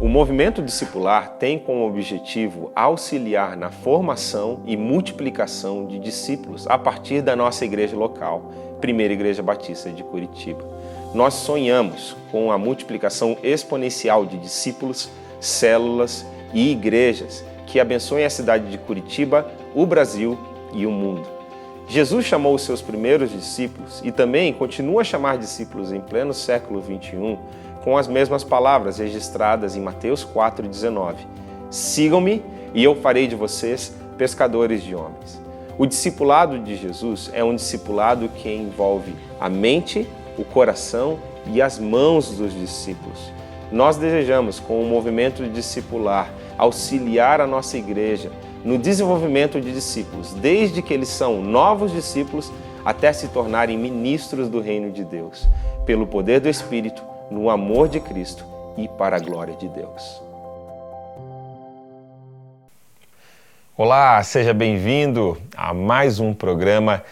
O movimento discipular tem como objetivo auxiliar na formação e multiplicação de discípulos a partir da nossa igreja local, Primeira Igreja Batista de Curitiba. Nós sonhamos com a multiplicação exponencial de discípulos, células e igrejas que abençoem a cidade de Curitiba, o Brasil e o mundo. Jesus chamou os seus primeiros discípulos e também continua a chamar discípulos em pleno século XXI com as mesmas palavras registradas em Mateus 4,19. Sigam-me e eu farei de vocês pescadores de homens. O discipulado de Jesus é um discipulado que envolve a mente, o coração e as mãos dos discípulos. Nós desejamos, com o movimento discipular, auxiliar a nossa igreja no desenvolvimento de discípulos, desde que eles são novos discípulos até se tornarem ministros do reino de Deus, pelo poder do Espírito, no amor de Cristo e para a glória de Deus. Olá, seja bem-vindo a mais um programa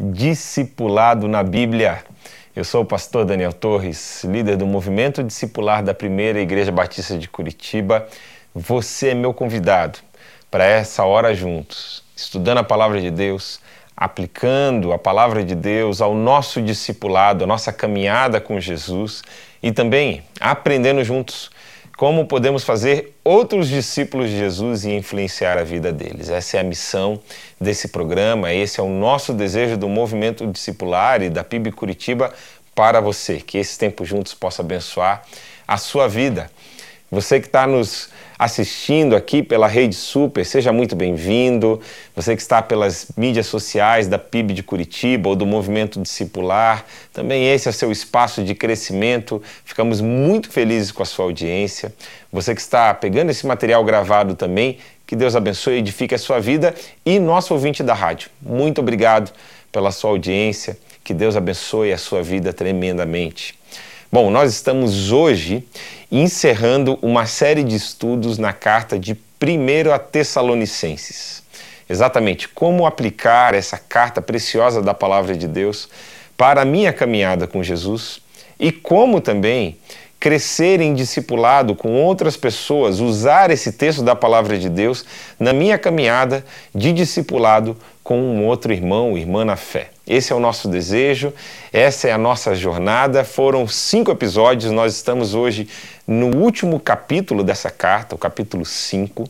Discipulado na Bíblia. Eu sou o pastor Daniel Torres, líder do movimento discipular da Primeira Igreja Batista de Curitiba. Você é meu convidado para essa hora juntos, estudando a Palavra de Deus, aplicando a Palavra de Deus ao nosso discipulado, a nossa caminhada com Jesus e também aprendendo juntos como podemos fazer outros discípulos de Jesus e influenciar a vida deles. Essa é a missão desse programa, esse é o nosso desejo do movimento discipular e da PIB Curitiba para você, que esse tempo juntos possa abençoar a sua vida. Você que está nos assistindo aqui pela Rede Super, seja muito bem-vindo. Você que está pelas mídias sociais da PIB de Curitiba ou do Movimento Discipular, também esse é o seu espaço de crescimento. Ficamos muito felizes com a sua audiência. Você que está pegando esse material gravado também, que Deus abençoe e edifique a sua vida. E nosso ouvinte da rádio, muito obrigado pela sua audiência. Que Deus abençoe a sua vida tremendamente. Bom, nós estamos hoje encerrando uma série de estudos na carta de 1 a Tessalonicenses. Exatamente como aplicar essa carta preciosa da Palavra de Deus para a minha caminhada com Jesus e como também crescer em discipulado com outras pessoas, usar esse texto da Palavra de Deus na minha caminhada de discipulado com um outro irmão ou irmã na fé. Esse é o nosso desejo, essa é a nossa jornada. Foram 5 episódios, nós estamos hoje no último capítulo dessa carta, o capítulo 5,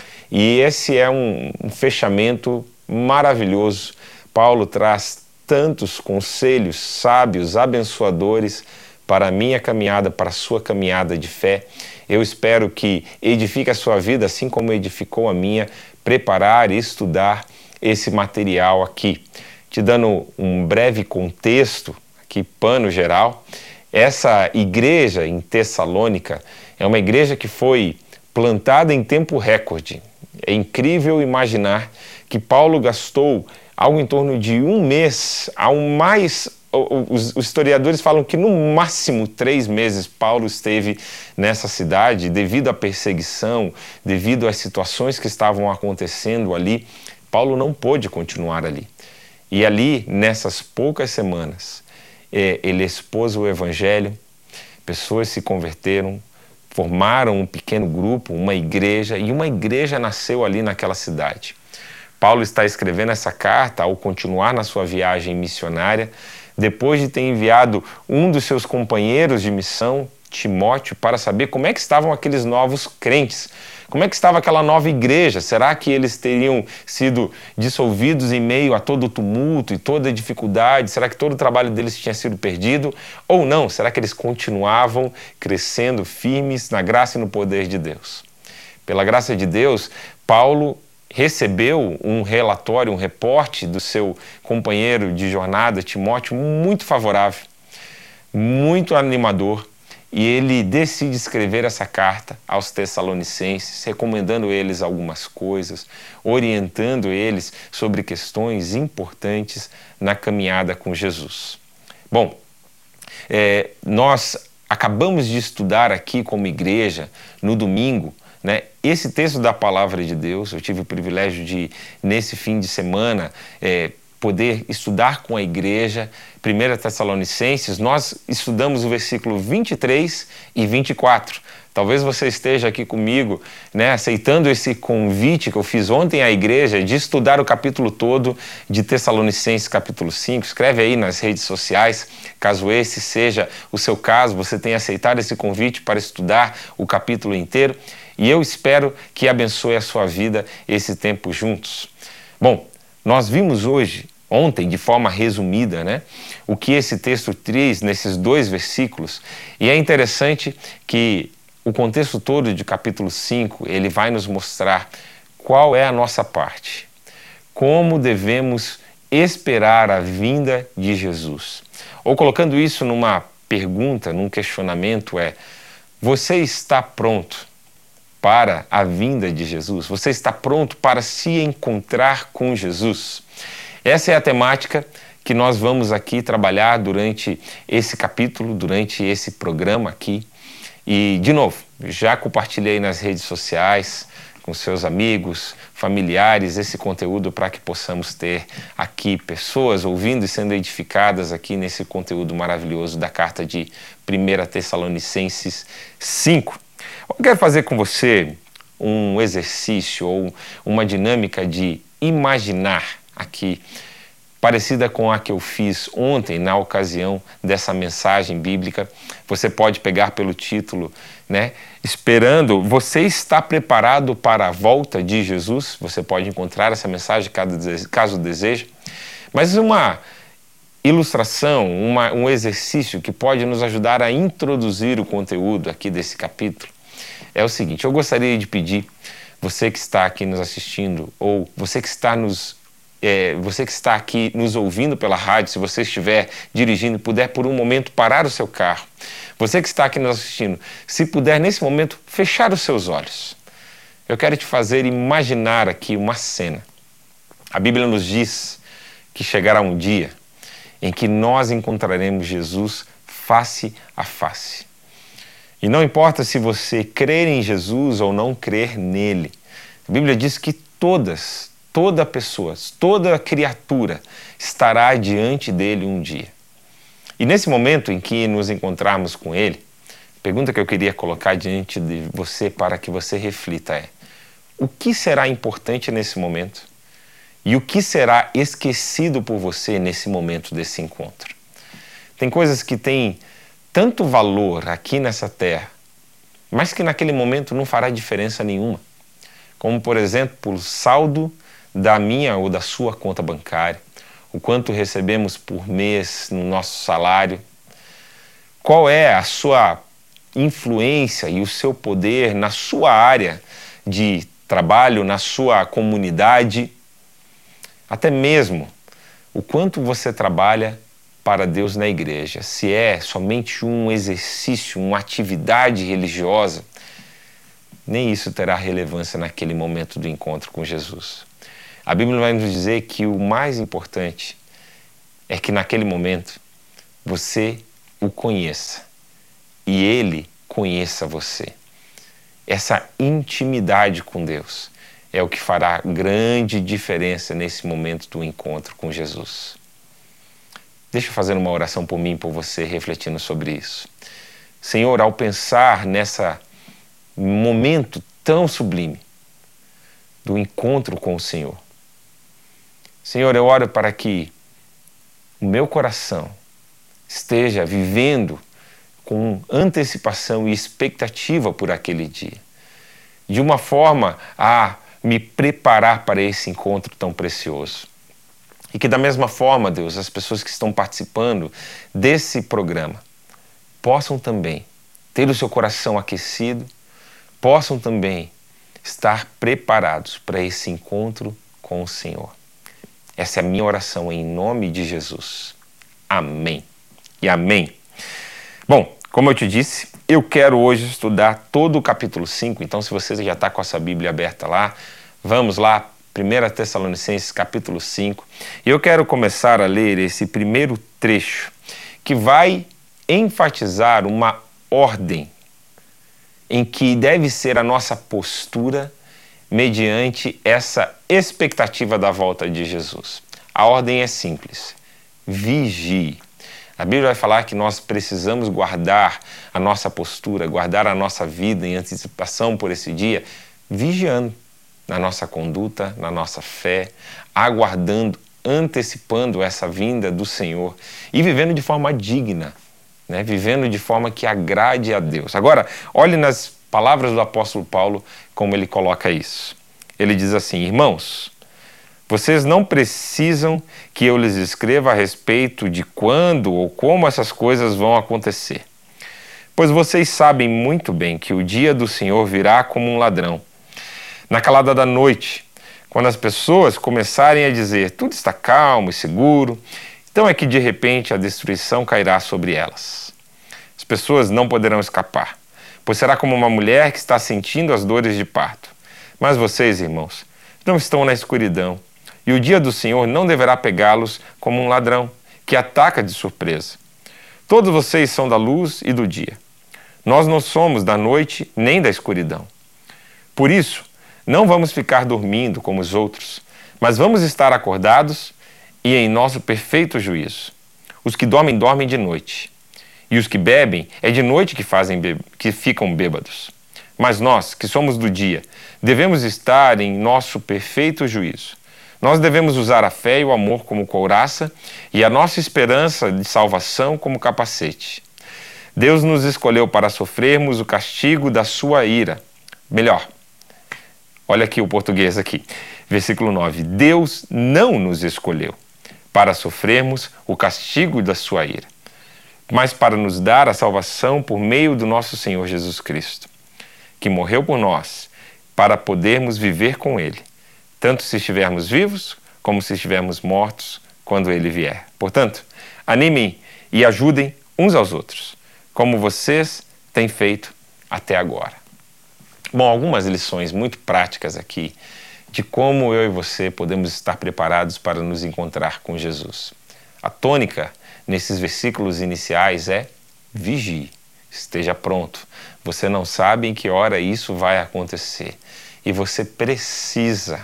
e esse é um fechamento maravilhoso. Paulo traz tantos conselhos sábios, abençoadores para a minha caminhada, para a sua caminhada de fé. Eu espero que edifique a sua vida, assim como edificou a minha, preparar e estudar esse material aqui. Te dando um breve contexto, aqui pano geral, essa igreja em Tessalônica é uma igreja que foi plantada em tempo recorde. É incrível imaginar que Paulo gastou algo em torno de 1 mês, ao mais... Os historiadores falam que no máximo 3 meses Paulo esteve nessa cidade devido à perseguição, devido às situações que estavam acontecendo ali. Paulo não pôde continuar ali. E ali, nessas poucas semanas, ele expôs o Evangelho, pessoas se converteram, formaram um pequeno grupo, uma igreja, e uma igreja nasceu ali naquela cidade. Paulo está escrevendo essa carta ao continuar na sua viagem missionária, depois de ter enviado um dos seus companheiros de missão, Timóteo, para saber como é que estavam aqueles novos crentes, como é que estava aquela nova igreja. Será que eles teriam sido dissolvidos em meio a todo o tumulto e toda a dificuldade? Será que todo o trabalho deles tinha sido perdido? Ou não? Será que eles continuavam crescendo firmes na graça e no poder de Deus? Pela graça de Deus, Paulo recebeu um relatório, um reporte do seu companheiro de jornada, Timóteo, muito favorável, muito animador, e ele decide escrever essa carta aos Tessalonicenses, recomendando eles algumas coisas, orientando eles sobre questões importantes na caminhada com Jesus. Bom, nós acabamos de estudar aqui como igreja, no domingo, esse texto da Palavra de Deus. Eu tive o privilégio de, nesse fim de semana, poder estudar com a igreja. 1 Tessalonicenses, nós estudamos o versículo 23 e 24. Talvez você esteja aqui comigo, né, aceitando esse convite que eu fiz ontem à igreja de estudar o capítulo todo de Tessalonicenses, capítulo 5. Escreve aí nas redes sociais, caso esse seja o seu caso, você tenha aceitado esse convite para estudar o capítulo inteiro. E eu espero que abençoe a sua vida esse tempo juntos. Bom, nós vimos ontem, de forma resumida, né, o que esse texto traz nesses 2 versículos. E é interessante que o contexto todo de capítulo 5, ele vai nos mostrar qual é a nossa parte, como devemos esperar a vinda de Jesus. Ou colocando isso numa pergunta, num questionamento, você está pronto para a vinda de Jesus? Você está pronto para se encontrar com Jesus? Essa é a temática que nós vamos aqui trabalhar durante esse capítulo, durante esse programa aqui. E, de novo, já compartilhei nas redes sociais com seus amigos, familiares, esse conteúdo para que possamos ter aqui pessoas ouvindo e sendo edificadas aqui nesse conteúdo maravilhoso da carta de 1 Tessalonicenses 5. Eu quero fazer com você um exercício ou uma dinâmica de imaginar aqui, parecida com a que eu fiz ontem na ocasião dessa mensagem bíblica. Você pode pegar pelo título, né? Esperando, você está preparado para a volta de Jesus? Você pode encontrar essa mensagem caso deseje. Mas uma ilustração, um exercício que pode nos ajudar a introduzir o conteúdo aqui desse capítulo é o seguinte: eu gostaria de pedir, você que está aqui nos assistindo, ou você que está aqui nos ouvindo pela rádio, se você estiver dirigindo e puder por um momento parar o seu carro, você que está aqui nos assistindo, se puder nesse momento fechar os seus olhos. Eu quero te fazer imaginar aqui uma cena. A Bíblia nos diz que chegará um dia em que nós encontraremos Jesus face a face. E não importa se você crer em Jesus ou não crer nele, a Bíblia diz que toda pessoa, toda criatura estará diante dele um dia. E nesse momento em que nos encontrarmos com ele, a pergunta que eu queria colocar diante de você para que você reflita é: o que será importante nesse momento? E o que será esquecido por você nesse momento desse encontro? Tem coisas que têm tanto valor aqui nessa terra, mas que naquele momento não fará diferença nenhuma. Como, por exemplo, o saldo da minha ou da sua conta bancária, o quanto recebemos por mês no nosso salário, qual é a sua influência e o seu poder na sua área de trabalho, na sua comunidade, até mesmo o quanto você trabalha para Deus na igreja. Se é somente um exercício, uma atividade religiosa, nem isso terá relevância naquele momento do encontro com Jesus. A Bíblia vai nos dizer que o mais importante é que naquele momento você o conheça e ele conheça você. Essa intimidade com Deus é o que fará grande diferença nesse momento do encontro com Jesus. Deixa eu fazer uma oração por mim e por você, refletindo sobre isso. Senhor, ao pensar nesse momento tão sublime do encontro com o Senhor, Senhor, eu oro para que o meu coração esteja vivendo com antecipação e expectativa por aquele dia, de uma forma a me preparar para esse encontro tão precioso. E que da mesma forma, Deus, as pessoas que estão participando desse programa possam também ter o seu coração aquecido, possam também estar preparados para esse encontro com o Senhor. Essa é a minha oração em nome de Jesus. Amém e amém. Bom, como eu te disse, eu quero hoje estudar todo o capítulo 5, então se você já está com a sua Bíblia aberta lá, vamos lá, 1 Tessalonicenses capítulo 5. E eu quero começar a ler esse primeiro trecho, que vai enfatizar uma ordem em que deve ser a nossa postura mediante essa expectativa da volta de Jesus. a ordem é simples: vigie. A Bíblia vai falar que nós precisamos guardar a nossa postura, guardar a nossa vida em antecipação por esse dia, vigiando na nossa conduta, na nossa fé, aguardando, antecipando essa vinda do Senhor e vivendo de forma digna, né? Vivendo de forma que agrade a Deus. Agora, olhe nas palavras do apóstolo Paulo como ele coloca isso. Ele diz assim: irmãos, vocês não precisam que eu lhes escreva a respeito de quando ou como essas coisas vão acontecer, pois vocês sabem muito bem que o dia do Senhor virá como um ladrão. Na calada da noite, quando as pessoas começarem a dizer tudo está calmo e seguro, então é que de repente a destruição cairá sobre elas. As pessoas não poderão escapar, pois será como uma mulher que está sentindo as dores de parto. Mas vocês, irmãos, não estão na escuridão, e o dia do Senhor não deverá pegá-los como um ladrão, que ataca de surpresa. Todos vocês são da luz e do dia. Nós não somos da noite nem da escuridão. Por isso, não vamos ficar dormindo como os outros, mas vamos estar acordados e em nosso perfeito juízo. Os que dormem, dormem de noite, e os que bebem, é de noite que ficam bêbados. Mas nós, que somos do dia, devemos estar em nosso perfeito juízo. Nós devemos usar a fé e o amor como couraça e a nossa esperança de salvação como capacete. Deus nos escolheu para sofrermos o castigo da sua ira. Melhor, olha aqui o português aqui, versículo 9. Deus não nos escolheu para sofrermos o castigo da sua ira, mas para nos dar a salvação por meio do nosso Senhor Jesus Cristo, que morreu por nós, para podermos viver com Ele, tanto se estivermos vivos, como se estivermos mortos, quando Ele vier. Portanto, animem e ajudem uns aos outros, como vocês têm feito até agora. Bom, algumas lições muito práticas aqui de como eu e você podemos estar preparados para nos encontrar com Jesus. A tônica nesses versículos iniciais é: vigie, esteja pronto. Você não sabe em que hora isso vai acontecer e você precisa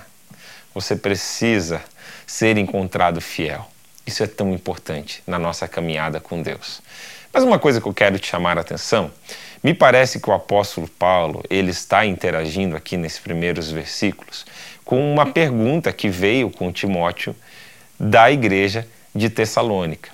ser encontrado fiel. Isso é tão importante na nossa caminhada com Deus. Mas uma coisa que eu quero te chamar a atenção, me parece que o apóstolo Paulo, ele está interagindo aqui nesses primeiros versículos com uma pergunta que veio com Timóteo da igreja de Tessalônica.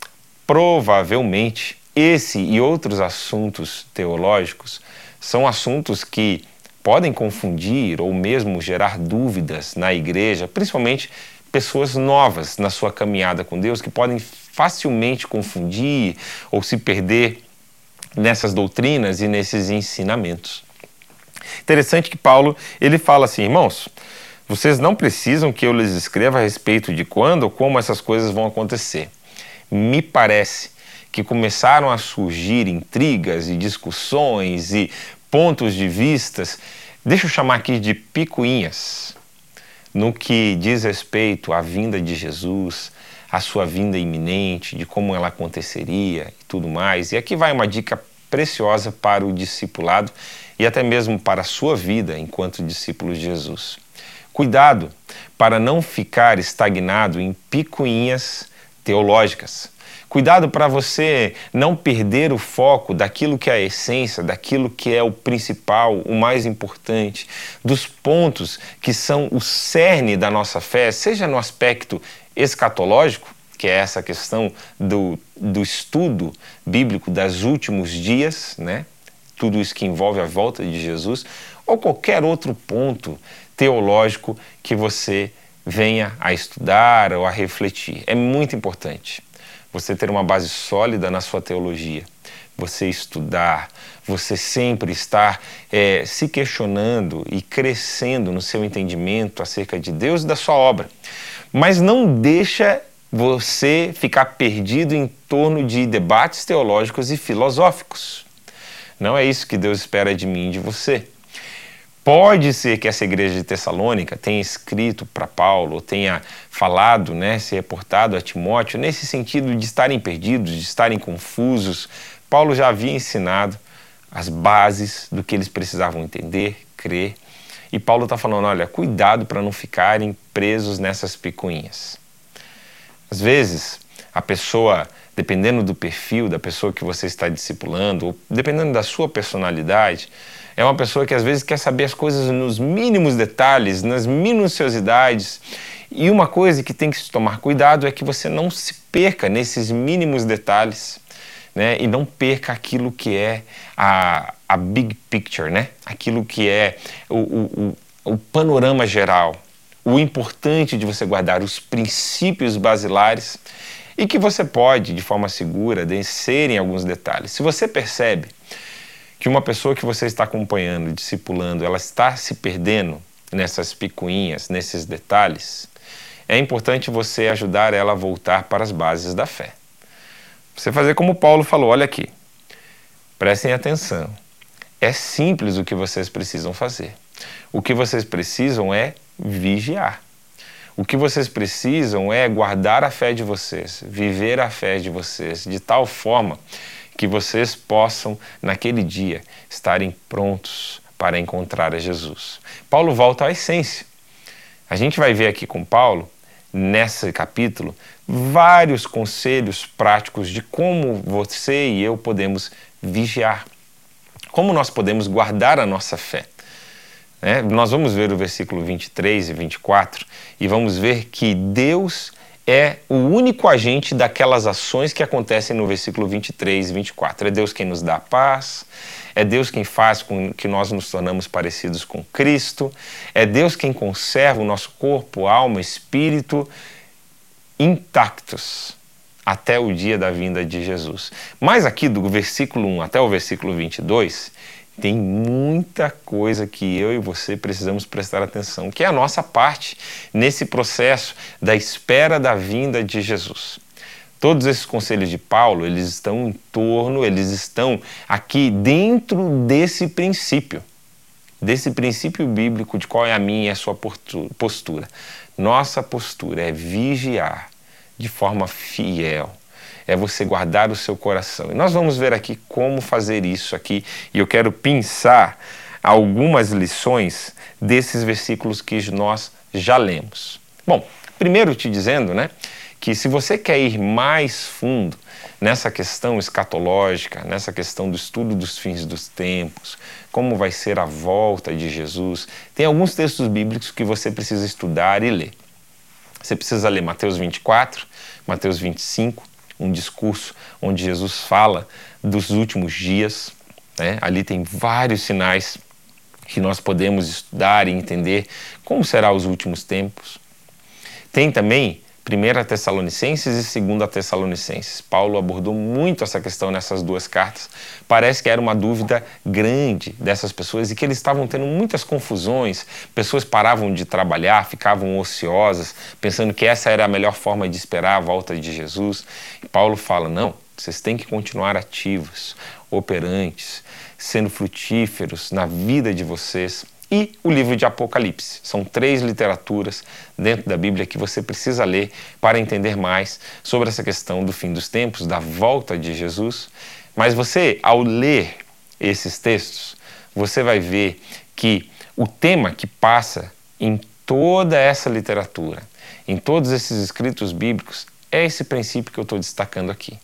Provavelmente, esse e outros assuntos teológicos são assuntos que podem confundir ou mesmo gerar dúvidas na igreja, principalmente pessoas novas na sua caminhada com Deus, que podem facilmente confundir ou se perder nessas doutrinas e nesses ensinamentos. Interessante que Paulo, ele fala assim: irmãos, vocês não precisam que eu lhes escreva a respeito de quando ou como essas coisas vão acontecer. Me parece que começaram a surgir intrigas e discussões e pontos de vistas, deixa eu chamar aqui de picuinhas, no que diz respeito à vinda de Jesus, a sua vinda iminente, de como ela aconteceria e tudo mais. E aqui vai uma dica preciosa para o discipulado e até mesmo para a sua vida enquanto discípulo de Jesus. Cuidado para não ficar estagnado em picuinhas teológicas. Cuidado para você não perder o foco daquilo que é a essência, daquilo que é o principal, o mais importante, dos pontos que são o cerne da nossa fé, seja no aspecto escatológico, que é essa questão do estudo bíblico dos últimos dias, né? Tudo isso que envolve a volta de Jesus, ou qualquer outro ponto teológico que você venha a estudar ou a refletir. É muito importante você ter uma base sólida na sua teologia, você estudar, você sempre estar se questionando e crescendo no seu entendimento acerca de Deus e da sua obra. Mas não deixa você ficar perdido em torno de debates teológicos e filosóficos. Não é isso que Deus espera de mim e de você. Pode ser que essa igreja de Tessalônica tenha escrito para Paulo, ou tenha falado, se reportado a Timóteo, nesse sentido de estarem perdidos, de estarem confusos. Paulo já havia ensinado as bases do que eles precisavam entender, crer. E Paulo está falando, olha, cuidado para não ficarem presos nessas picuinhas. Às vezes, a pessoa, dependendo do perfil da pessoa que você está discipulando, ou dependendo da sua personalidade, é uma pessoa que às vezes quer saber as coisas nos mínimos detalhes, nas minuciosidades. E uma coisa que tem que se tomar cuidado é que você não se perca nesses mínimos detalhes, né? E não perca aquilo que é a big picture, né? Aquilo que é o panorama geral. O importante de você guardar os princípios basilares e que você pode, de forma segura, descer em alguns detalhes. Se você percebe que uma pessoa que você está acompanhando, discipulando, ela está se perdendo nessas picuinhas, nesses detalhes, é importante você ajudar ela a voltar para as bases da fé. Você fazer como Paulo falou, olha aqui, prestem atenção, é simples o que vocês precisam fazer. O que vocês precisam é vigiar. O que vocês precisam é guardar a fé de vocês, viver a fé de vocês, de tal forma que vocês possam, naquele dia, estarem prontos para encontrar a Jesus. Paulo volta à essência. A gente vai ver aqui com Paulo, nesse capítulo, vários conselhos práticos de como você e eu podemos vigiar, como nós podemos guardar a nossa fé. Nós vamos ver o versículo 23 e 24 e vamos ver que Deus é o único agente daquelas ações que acontecem no versículo 23 e 24. É Deus quem nos dá a paz, é Deus quem faz com que nós nos tornamos parecidos com Cristo, é Deus quem conserva o nosso corpo, alma, espírito intactos até o dia da vinda de Jesus. Mas aqui do versículo 1 até o versículo 22, tem muita coisa que eu e você precisamos prestar atenção, que é a nossa parte nesse processo da espera da vinda de Jesus. Todos esses conselhos de Paulo, eles estão em torno, eles estão aqui dentro desse princípio bíblico de qual é a minha e a sua postura. Nossa postura é vigiar de forma fiel. É você guardar o seu coração. E nós vamos ver aqui como fazer isso aqui. E eu quero pensar algumas lições desses versículos que nós já lemos. Bom, primeiro te dizendo, que se você quer ir mais fundo nessa questão escatológica, nessa questão do estudo dos fins dos tempos, como vai ser a volta de Jesus, tem alguns textos bíblicos que você precisa estudar e ler. Você precisa ler Mateus 24, Mateus 25, um discurso onde Jesus fala dos últimos dias. Ali tem vários sinais que nós podemos estudar e entender como serão os últimos tempos. Tem também 1 Tessalonicenses e 2 Tessalonicenses. Paulo abordou muito essa questão nessas duas cartas. Parece que era uma dúvida grande dessas pessoas e que eles estavam tendo muitas confusões. Pessoas paravam de trabalhar, ficavam ociosas, pensando que essa era a melhor forma de esperar a volta de Jesus. E Paulo fala, não, vocês têm que continuar ativos, operantes, sendo frutíferos na vida de vocês. E o livro de Apocalipse. São 3 literaturas dentro da Bíblia que você precisa ler para entender mais sobre essa questão do fim dos tempos, da volta de Jesus. Mas você, ao ler esses textos, você vai ver que o tema que passa em toda essa literatura, em todos esses escritos bíblicos, é esse princípio que eu estou destacando aqui.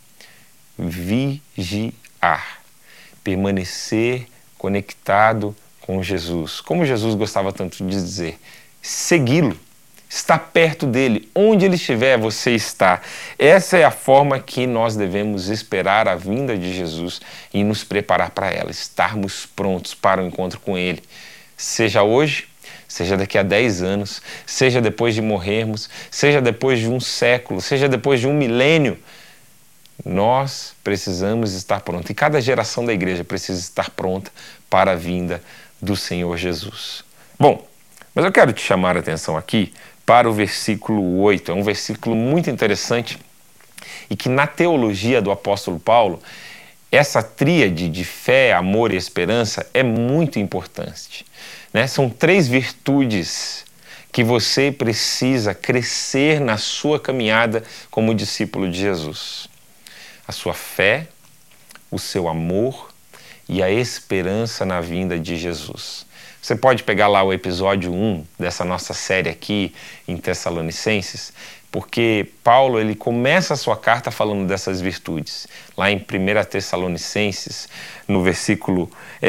Vigiar. Permanecer conectado com Jesus. Como Jesus gostava tanto de dizer, segui-lo, estar perto dele, onde ele estiver, você está. Essa é a forma que nós devemos esperar a vinda de Jesus e nos preparar para ela, estarmos prontos para o encontro com ele. Seja hoje, seja daqui a 10 anos, seja depois de morrermos, seja depois de um século, seja depois de um milênio, nós precisamos estar prontos. E cada geração da igreja precisa estar pronta para a vinda do Senhor Jesus. Bom, mas eu quero te chamar a atenção aqui para o versículo 8. É um versículo muito interessante e que na teologia do apóstolo Paulo, essa tríade de fé, amor e esperança é muito importante. São 3 virtudes que você precisa crescer na sua caminhada como discípulo de Jesus. A sua fé, o seu amor e a esperança na vinda de Jesus. Você pode pegar lá o episódio 1 dessa nossa série aqui em Tessalonicenses, porque Paulo ele começa a sua carta falando dessas virtudes. Lá em 1 Tessalonicenses, no versículo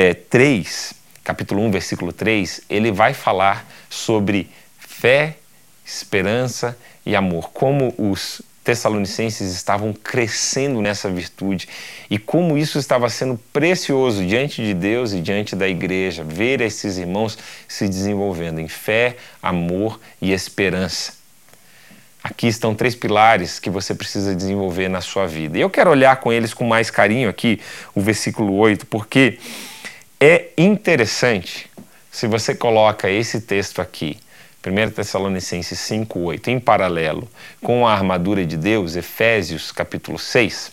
3, capítulo 1, versículo 3, ele vai falar sobre fé, esperança e amor. Como os tessalonicenses estavam crescendo nessa virtude e como isso estava sendo precioso diante de Deus e diante da igreja, ver esses irmãos se desenvolvendo em fé, amor e esperança. Aqui estão 3 pilares que você precisa desenvolver na sua vida. E eu quero olhar com eles com mais carinho aqui, o versículo 8, porque é interessante se você coloca esse texto aqui, 1 Tessalonicenses 5:8, em paralelo com a armadura de Deus, Efésios capítulo 6,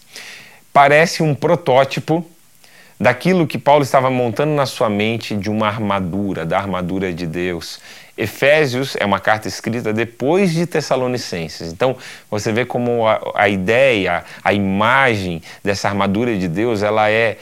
parece um protótipo daquilo que Paulo estava montando na sua mente de uma armadura, da armadura de Deus. Efésios é uma carta escrita depois de Tessalonicenses. Então, você vê como a ideia, a imagem dessa armadura de Deus, ela é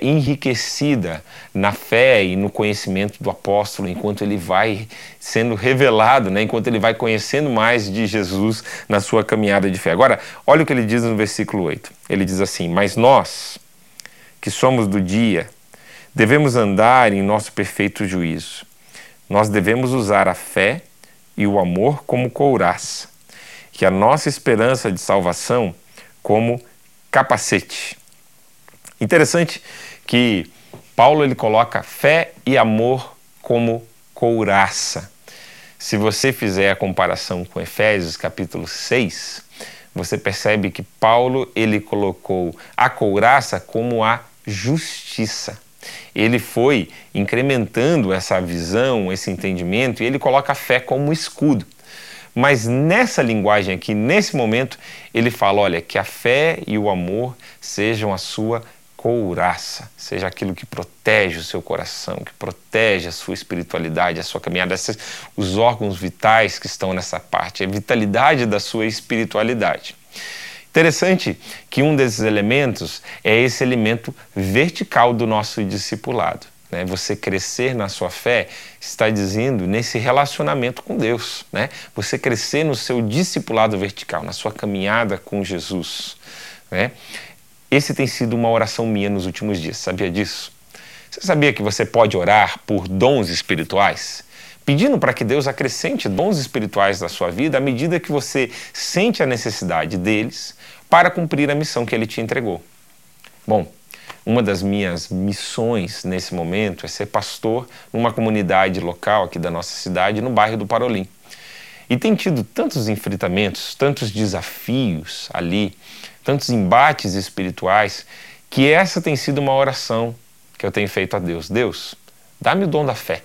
enriquecida na fé e no conhecimento do apóstolo, enquanto ele vai sendo revelado, né? Enquanto ele vai conhecendo mais de Jesus na sua caminhada de fé. Agora, olha o que ele diz no versículo 8. Ele diz assim: mas nós, que somos do dia, devemos andar em nosso perfeito juízo. Nós devemos usar a fé e o amor como couraça, e a nossa esperança de salvação como capacete. Interessante que Paulo ele coloca fé e amor como couraça. Se você fizer a comparação com Efésios capítulo 6, você percebe que Paulo ele colocou a couraça como a justiça. Ele foi incrementando essa visão, esse entendimento, e ele coloca a fé como escudo. Mas nessa linguagem aqui, nesse momento, ele fala, olha, que a fé e o amor sejam a sua couraça, seja aquilo que protege o seu coração, que protege a sua espiritualidade, a sua caminhada, os órgãos vitais que estão nessa parte, a vitalidade da sua espiritualidade. Interessante que um desses elementos é esse elemento vertical do nosso discipulado. Né? Você crescer na sua fé está dizendo nesse relacionamento com Deus. Né? Você crescer no seu discipulado vertical, na sua caminhada com Jesus. Né? Esse tem sido uma oração minha nos últimos dias, sabia disso? Você sabia que você pode orar por dons espirituais? Pedindo para que Deus acrescente dons espirituais na sua vida à medida que você sente a necessidade deles para cumprir a missão que Ele te entregou. Bom, uma das minhas missões nesse momento é ser pastor numa comunidade local aqui da nossa cidade, no bairro do Parolim. E tem tido tantos enfrentamentos, tantos desafios ali, tantos embates espirituais, que essa tem sido uma oração que eu tenho feito a Deus. Deus, dá-me o dom da fé.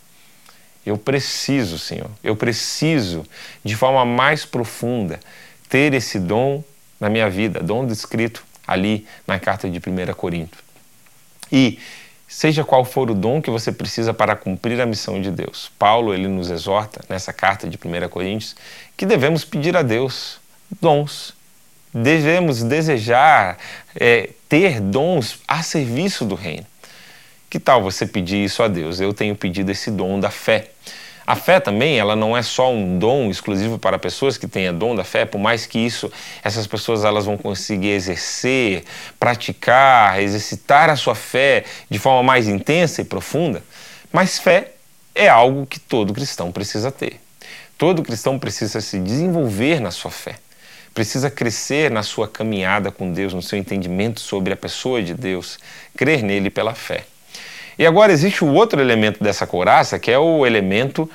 Eu preciso, Senhor, eu preciso, de forma mais profunda, ter esse dom na minha vida, dom descrito ali na carta de 1 Coríntios. E seja qual for o dom que você precisa para cumprir a missão de Deus, Paulo ele nos exorta nessa carta de 1 Coríntios que devemos pedir a Deus dons. Devemos desejar ter dons a serviço do reino. Que tal você pedir isso a Deus? Eu tenho pedido esse dom da fé. A fé também, ela não é só um dom exclusivo para pessoas que têm dom da fé, por mais que essas pessoas elas vão conseguir exercer, praticar, exercitar a sua fé de forma mais intensa e profunda, mas fé é algo que todo cristão precisa ter. Todo cristão precisa se desenvolver na sua fé, precisa crescer na sua caminhada com Deus, no seu entendimento sobre a pessoa de Deus, crer nele pela fé. E agora existe o outro elemento dessa couraça, que é o elemento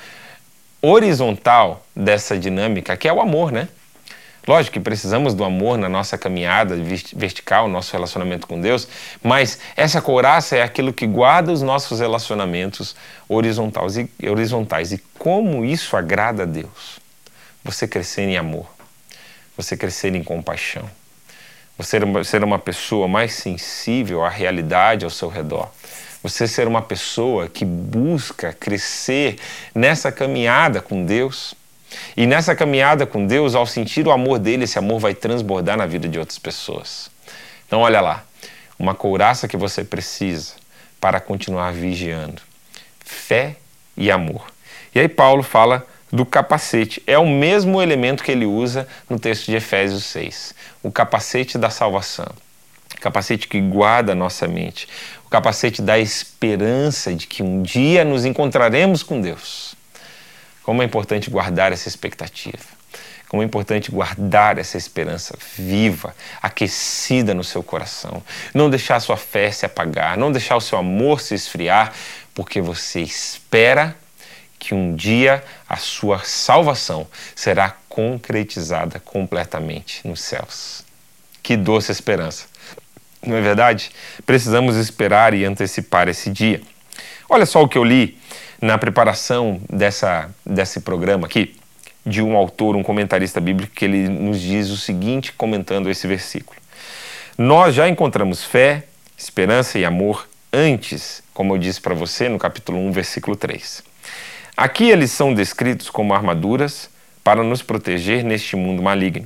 horizontal dessa dinâmica, que é o amor, né? Lógico que precisamos do amor na nossa caminhada vertical, nosso relacionamento com Deus, mas essa couraça é aquilo que guarda os nossos relacionamentos horizontais. E como isso agrada a Deus? Você crescer em amor, você crescer em compaixão, você ser uma pessoa mais sensível à realidade ao seu redor. Você ser uma pessoa que busca crescer nessa caminhada com Deus. E nessa caminhada com Deus, ao sentir o amor dele, esse amor vai transbordar na vida de outras pessoas. Então olha lá, uma couraça que você precisa para continuar vigiando. Fé e amor. E aí Paulo fala do capacete. É o mesmo elemento que ele usa no texto de Efésios 6. O capacete da salvação. O capacete que guarda a nossa mente. O capacete da esperança de que um dia nos encontraremos com Deus. Como é importante guardar essa expectativa. Como é importante guardar essa esperança viva, aquecida no seu coração. Não deixar a sua fé se apagar, não deixar o seu amor se esfriar, porque você espera que um dia a sua salvação será concretizada completamente nos céus. Que doce esperança! Não é verdade? Precisamos esperar e antecipar esse dia. Olha só o que eu li na preparação desse programa aqui, de um autor, um comentarista bíblico, que ele nos diz o seguinte, comentando esse versículo. Nós já encontramos fé, esperança e amor antes, como eu disse para você no capítulo 1, versículo 3. Aqui eles são descritos como armaduras para nos proteger neste mundo maligno.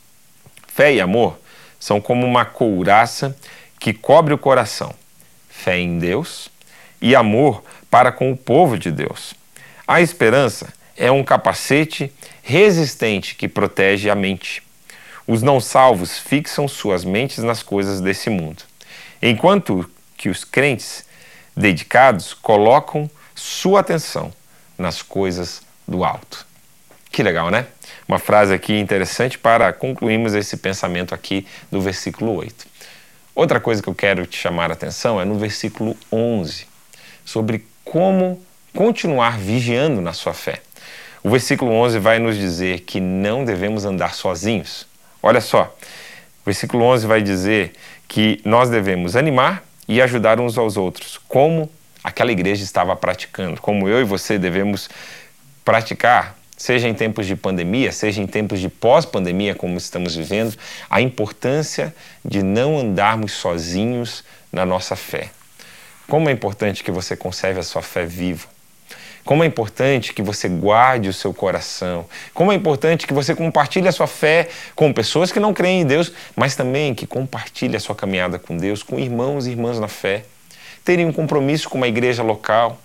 Fé e amor são como uma couraça que cobre o coração. Fé em Deus e amor para com o povo de Deus. A esperança é um capacete resistente que protege a mente. Os não salvos fixam suas mentes nas coisas desse mundo, enquanto que os crentes dedicados colocam sua atenção nas coisas do alto. Que legal, né? Uma frase aqui interessante para concluirmos esse pensamento aqui do versículo 8. Outra coisa que eu quero te chamar a atenção é no versículo 11, sobre como continuar vigiando na sua fé. O versículo 11 vai nos dizer que não devemos andar sozinhos. Olha só, o versículo 11 vai dizer que nós devemos animar e ajudar uns aos outros, como aquela igreja estava praticando, como eu e você devemos praticar, seja em tempos de pandemia, seja em tempos de pós-pandemia, como estamos vivendo, a importância de não andarmos sozinhos na nossa fé. Como é importante que você conserve a sua fé viva. Como é importante que você guarde o seu coração. Como é importante que você compartilhe a sua fé com pessoas que não creem em Deus, mas também que compartilhe a sua caminhada com Deus, com irmãos e irmãs na fé. Terem um compromisso com uma igreja local.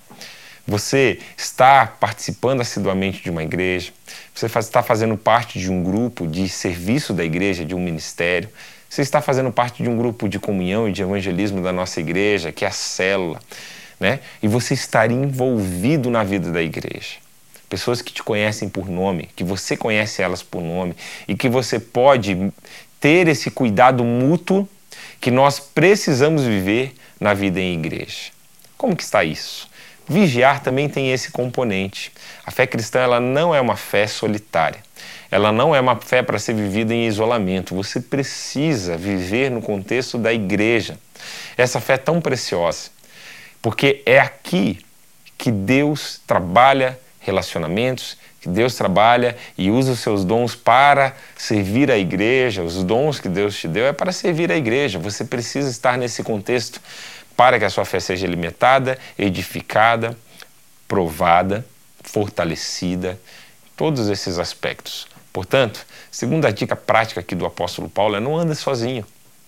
Você está participando assiduamente de uma igreja. Você está fazendo parte de um grupo de serviço da igreja, de um ministério. Você está fazendo parte de um grupo de comunhão e de evangelismo da nossa igreja, que é a célula. Né? E você estar envolvido na vida da igreja. Pessoas que te conhecem por nome, que você conhece elas por nome e que você pode ter esse cuidado mútuo que nós precisamos viver na vida em igreja. Como que está isso? Vigiar também tem esse componente. A fé cristã ela não é uma fé solitária. Ela não é uma fé para ser vivida em isolamento. Você precisa viver no contexto da igreja. Essa fé é tão preciosa. Porque é aqui que Deus trabalha relacionamentos, que Deus trabalha e usa os seus dons para servir a igreja. Os dons que Deus te deu é para servir a igreja. Você precisa estar nesse contexto para que a sua fé seja alimentada, edificada, provada, fortalecida, todos esses aspectos. Portanto, segunda dica prática aqui do apóstolo Paulo é não ande sozinho.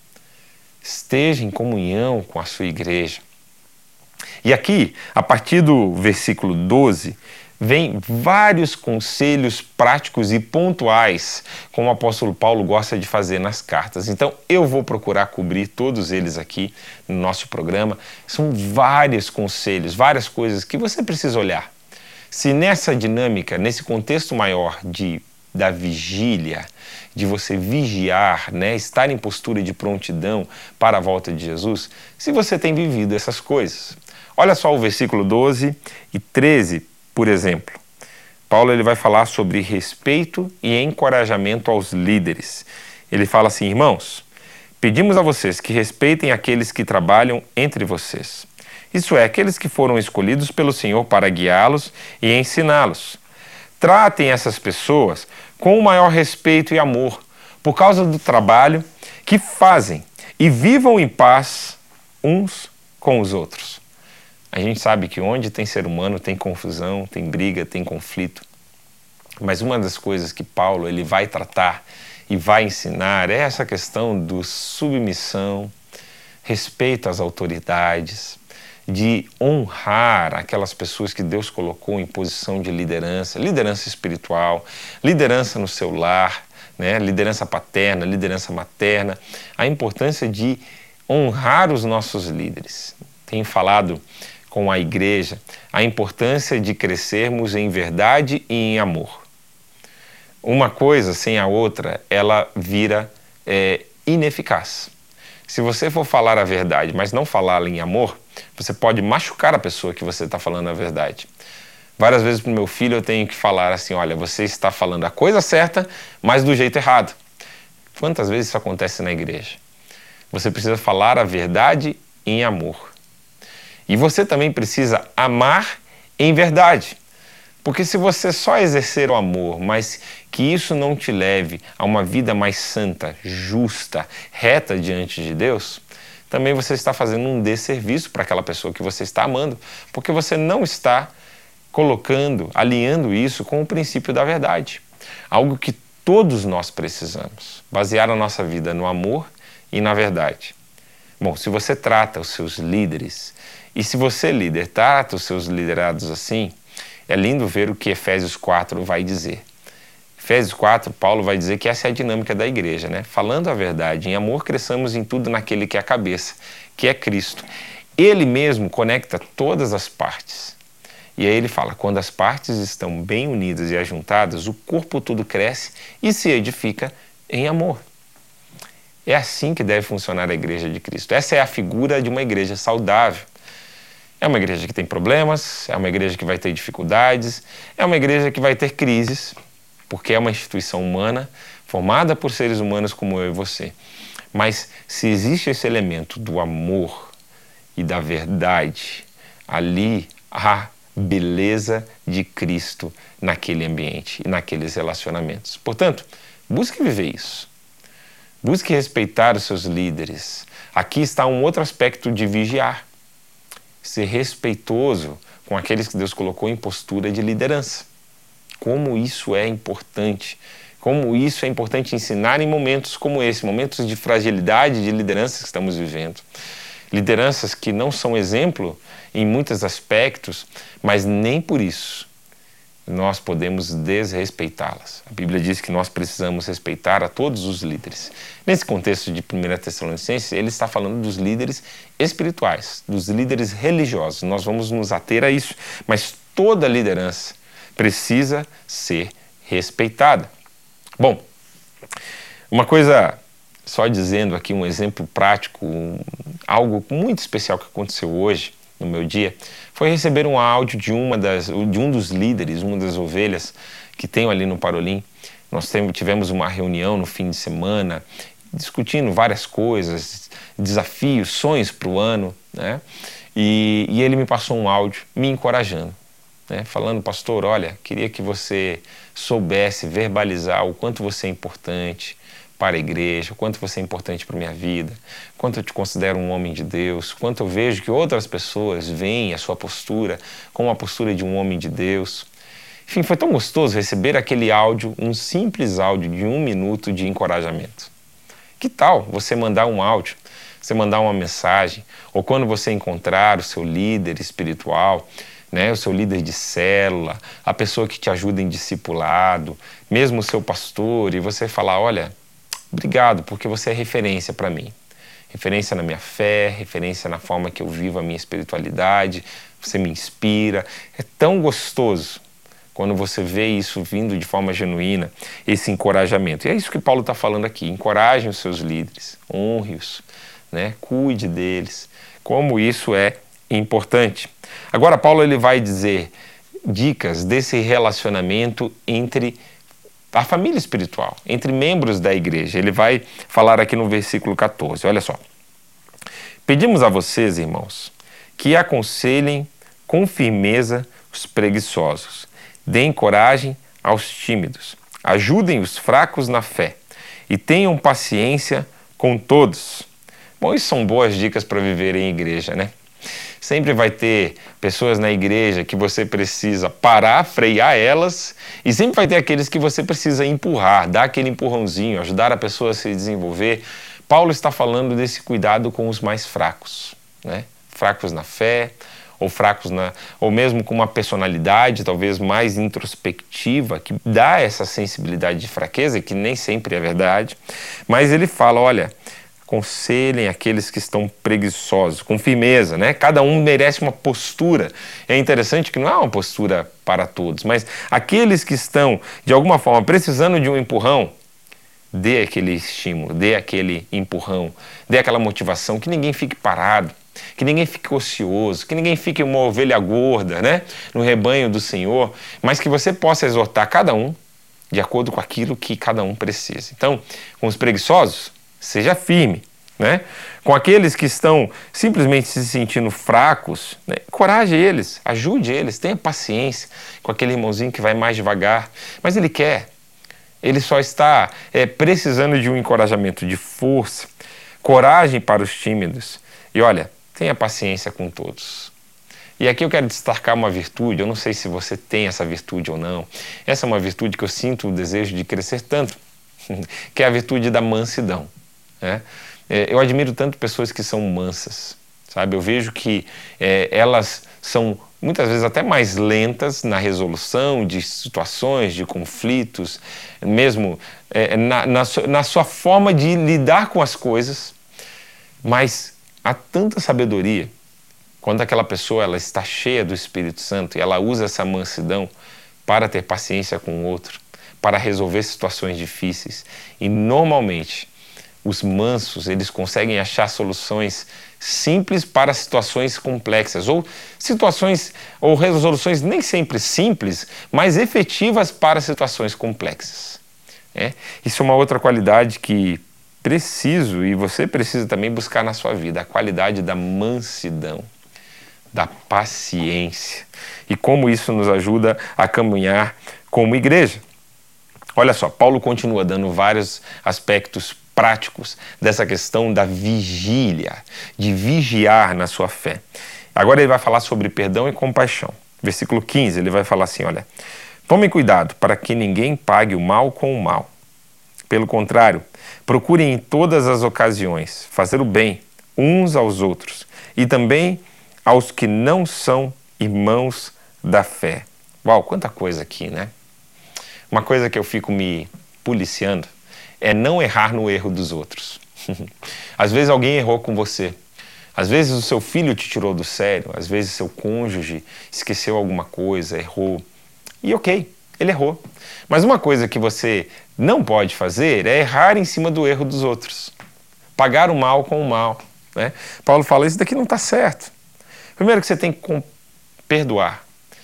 Esteja em comunhão com a sua igreja. E aqui, a partir do versículo 12, vem vários conselhos práticos e pontuais, como o apóstolo Paulo gosta de fazer nas cartas. Então, eu vou procurar cobrir todos eles aqui no nosso programa. São vários conselhos, várias coisas que você precisa olhar. Se nessa dinâmica, nesse contexto maior da vigília, de você vigiar, né, estar em postura de prontidão para a volta de Jesus, se você tem vivido essas coisas. Olha só o versículo 12 e 13, por exemplo. Paulo ele vai falar sobre respeito e encorajamento aos líderes. Ele fala assim: irmãos, pedimos a vocês que respeitem aqueles que trabalham entre vocês. Isso é, aqueles que foram escolhidos pelo Senhor para guiá-los e ensiná-los. Tratem essas pessoas com o maior respeito e amor, por causa do trabalho que fazem, e vivam em paz uns com os outros. A gente sabe que onde tem ser humano tem confusão, tem briga, tem conflito. Mas uma das coisas que Paulo ele vai tratar e vai ensinar é essa questão do submissão, respeito às autoridades, de honrar aquelas pessoas que Deus colocou em posição de liderança, liderança espiritual, liderança no seu lar, né? Liderança paterna, liderança materna, a importância de honrar os nossos líderes. Tenho falado com a igreja a importância de crescermos em verdade e em amor. Uma coisa sem a outra, ela vira ineficaz. Se você for falar a verdade, mas não falá-la em amor, você pode machucar a pessoa que você está falando a verdade. Várias vezes para o meu filho eu tenho que falar assim, olha, você está falando a coisa certa, mas do jeito errado. Quantas vezes isso acontece na igreja? Você precisa falar a verdade em amor. E você também precisa amar em verdade. Porque se você só exercer o amor, mas que isso não te leve a uma vida mais santa, justa, reta diante de Deus, também você está fazendo um desserviço para aquela pessoa que você está amando, porque você não está alinhando isso com o princípio da verdade. Algo que todos nós precisamos, basear a nossa vida no amor e na verdade. Bom, se você trata os seus líderes, e se você, líder, trata os seus liderados assim, é lindo ver o que Efésios 4 vai dizer. Efésios 4, Paulo vai dizer que essa é a dinâmica da igreja, né? Falando a verdade, em amor cresçamos em tudo naquele que é a cabeça, que é Cristo. Ele mesmo conecta todas as partes. E aí ele fala, quando as partes estão bem unidas e ajuntadas, o corpo todo cresce e se edifica em amor. É assim que deve funcionar a igreja de Cristo. Essa é a figura de uma igreja saudável. É uma igreja que tem problemas, é uma igreja que vai ter dificuldades, é uma igreja que vai ter crises, porque é uma instituição humana, formada por seres humanos como eu e você. Mas se existe esse elemento do amor e da verdade, ali há beleza de Cristo naquele ambiente e naqueles relacionamentos. Portanto, busque viver isso. Busque respeitar os seus líderes. Aqui está um outro aspecto de vigiar. Ser respeitoso com aqueles que Deus colocou em postura de liderança. Como isso é importante. Como isso é importante ensinar em momentos como esse, momentos de fragilidade de lideranças que estamos vivendo. Lideranças que não são exemplo em muitos aspectos, mas nem por isso nós podemos desrespeitá-las. A Bíblia diz que nós precisamos respeitar a todos os líderes. Nesse contexto de 1 Tessalonicenses, ele está falando dos líderes espirituais, dos líderes religiosos. Nós vamos nos ater a isso, mas toda liderança precisa ser respeitada. Bom, uma coisa, só dizendo aqui um exemplo prático, algo muito especial que aconteceu hoje, no meu dia, foi receber um áudio de um dos líderes, uma das ovelhas que tenho ali no Parolim. Nós tivemos uma reunião no fim de semana, discutindo várias coisas, desafios, sonhos para o ano, né? E ele me passou um áudio me encorajando, né? Falando, pastor, olha, queria que você soubesse verbalizar o quanto você é importante para a igreja, o quanto você é importante para a minha vida, quanto eu te considero um homem de Deus, quanto eu vejo que outras pessoas veem a sua postura como a postura de um homem de Deus. Enfim, foi tão gostoso receber aquele áudio, um simples áudio de 1 minuto de encorajamento. Que tal você mandar um áudio, você mandar uma mensagem, ou quando você encontrar o seu líder espiritual, né, o seu líder de célula, a pessoa que te ajuda em discipulado, mesmo o seu pastor, e você falar, olha, obrigado, porque você é referência para mim. Referência na minha fé, referência na forma que eu vivo a minha espiritualidade, você me inspira. É tão gostoso quando você vê isso vindo de forma genuína, esse encorajamento. E é isso que Paulo está falando aqui. Encorajem os seus líderes, honre-os, né? Cuide deles. Como isso é importante. Agora, Paulo ele vai dizer dicas desse relacionamento entre a família espiritual, entre membros da igreja. Ele vai falar aqui no versículo 14, olha só. Pedimos a vocês, irmãos, que aconselhem com firmeza os preguiçosos, deem coragem aos tímidos, ajudem os fracos na fé e tenham paciência com todos. Bom, isso são boas dicas para viver em igreja, né? Sempre vai ter pessoas na igreja que você precisa parar, frear elas, e sempre vai ter aqueles que você precisa empurrar, dar aquele empurrãozinho, ajudar a pessoa a se desenvolver. Paulo está falando desse cuidado com os mais fracos, né? fracos na fé, ou fracos ou mesmo com uma personalidade talvez mais introspectiva, que dá essa sensibilidade de fraqueza, que nem sempre é verdade. Mas ele fala, olha, aconselhem aqueles que estão preguiçosos, com firmeza, né? Cada um merece uma postura. É interessante que não é uma postura para todos, mas aqueles que estão, de alguma forma, precisando de um empurrão, dê aquele estímulo, dê aquele empurrão, dê aquela motivação, que ninguém fique parado, que ninguém fique ocioso, que ninguém fique uma ovelha gorda, né, no rebanho do Senhor, mas que você possa exortar cada um de acordo com aquilo que cada um precisa. Então, com os preguiçosos, seja firme, né? Com aqueles que estão simplesmente se sentindo fracos, né, encoraje eles, ajude eles, tenha paciência com aquele irmãozinho que vai mais devagar, mas ele só está precisando de um encorajamento, de força, coragem para os tímidos. E olha, tenha paciência com todos. E aqui eu quero destacar uma virtude, eu não sei se você tem essa virtude ou não. Essa é uma virtude que eu sinto o desejo de crescer tanto, que é a virtude da mansidão, né? Eu admiro tanto pessoas que são mansas, sabe? Eu vejo que elas são muitas vezes até mais lentas na resolução de situações, de conflitos, mesmo na sua forma de lidar com as coisas, mas há tanta sabedoria quando aquela pessoa ela está cheia do Espírito Santo e ela usa essa mansidão para ter paciência com o outro, para resolver situações difíceis. E normalmente os mansos eles conseguem achar soluções simples para situações complexas, ou situações ou resoluções nem sempre simples, mas efetivas para situações complexas. Isso é uma outra qualidade que preciso e você precisa também buscar na sua vida, a qualidade da mansidão, da paciência, e como isso nos ajuda a caminhar como igreja. Olha só, Paulo continua dando vários aspectos práticos dessa questão da vigília, de vigiar na sua fé. Agora ele vai falar sobre perdão e compaixão. Versículo 15, ele vai falar assim, olha, tomem cuidado para que ninguém pague o mal com o mal. Pelo contrário, procurem em todas as ocasiões fazer o bem uns aos outros e também aos que não são irmãos da fé. Uau, quanta coisa aqui, né? Uma coisa que eu fico me policiando é não errar no erro dos outros. Às vezes alguém errou com você. Às vezes o seu filho te tirou do sério. Às vezes seu cônjuge esqueceu alguma coisa, errou. E ok, ele errou. Mas uma coisa que você não pode fazer é errar em cima do erro dos outros. Pagar o mal com o mal, né? Paulo fala, isso daqui não está certo. Primeiro que você tem que perdoar.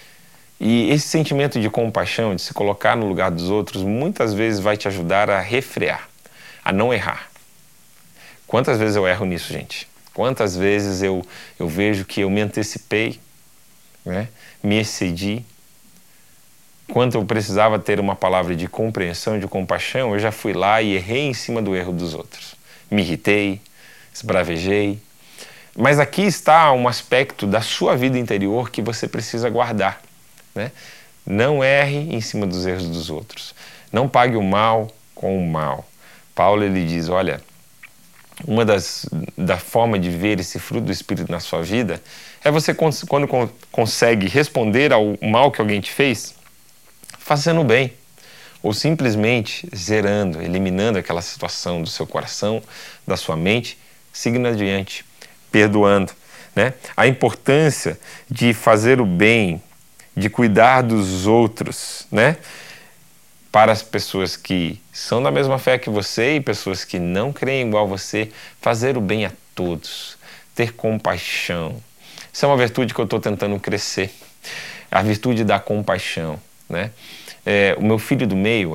E esse sentimento de compaixão, de se colocar no lugar dos outros, muitas vezes vai te ajudar a refrear, a não errar. Quantas vezes eu erro nisso, gente? Quantas vezes eu vejo que eu me antecipei, né? Me excedi. Quando eu precisava ter uma palavra de compreensão, de compaixão, eu já fui lá e errei em cima do erro dos outros. Me irritei, esbravejei. Mas aqui está um aspecto da sua vida interior que você precisa guardar, né? Não erre em cima dos erros dos outros. Não pague o mal com o mal. Paulo ele diz, olha, uma da forma de ver esse fruto do Espírito na sua vida é você quando consegue responder ao mal que alguém te fez, fazendo bem, ou simplesmente zerando, eliminando aquela situação do seu coração, da sua mente, seguindo adiante, perdoando, né? A importância de fazer o bem, de cuidar dos outros, né? Para as pessoas que são da mesma fé que você e pessoas que não creem igual a você, fazer o bem a todos, ter compaixão. Isso é uma virtude que eu estou tentando crescer, a virtude da compaixão, né? O meu filho do meio,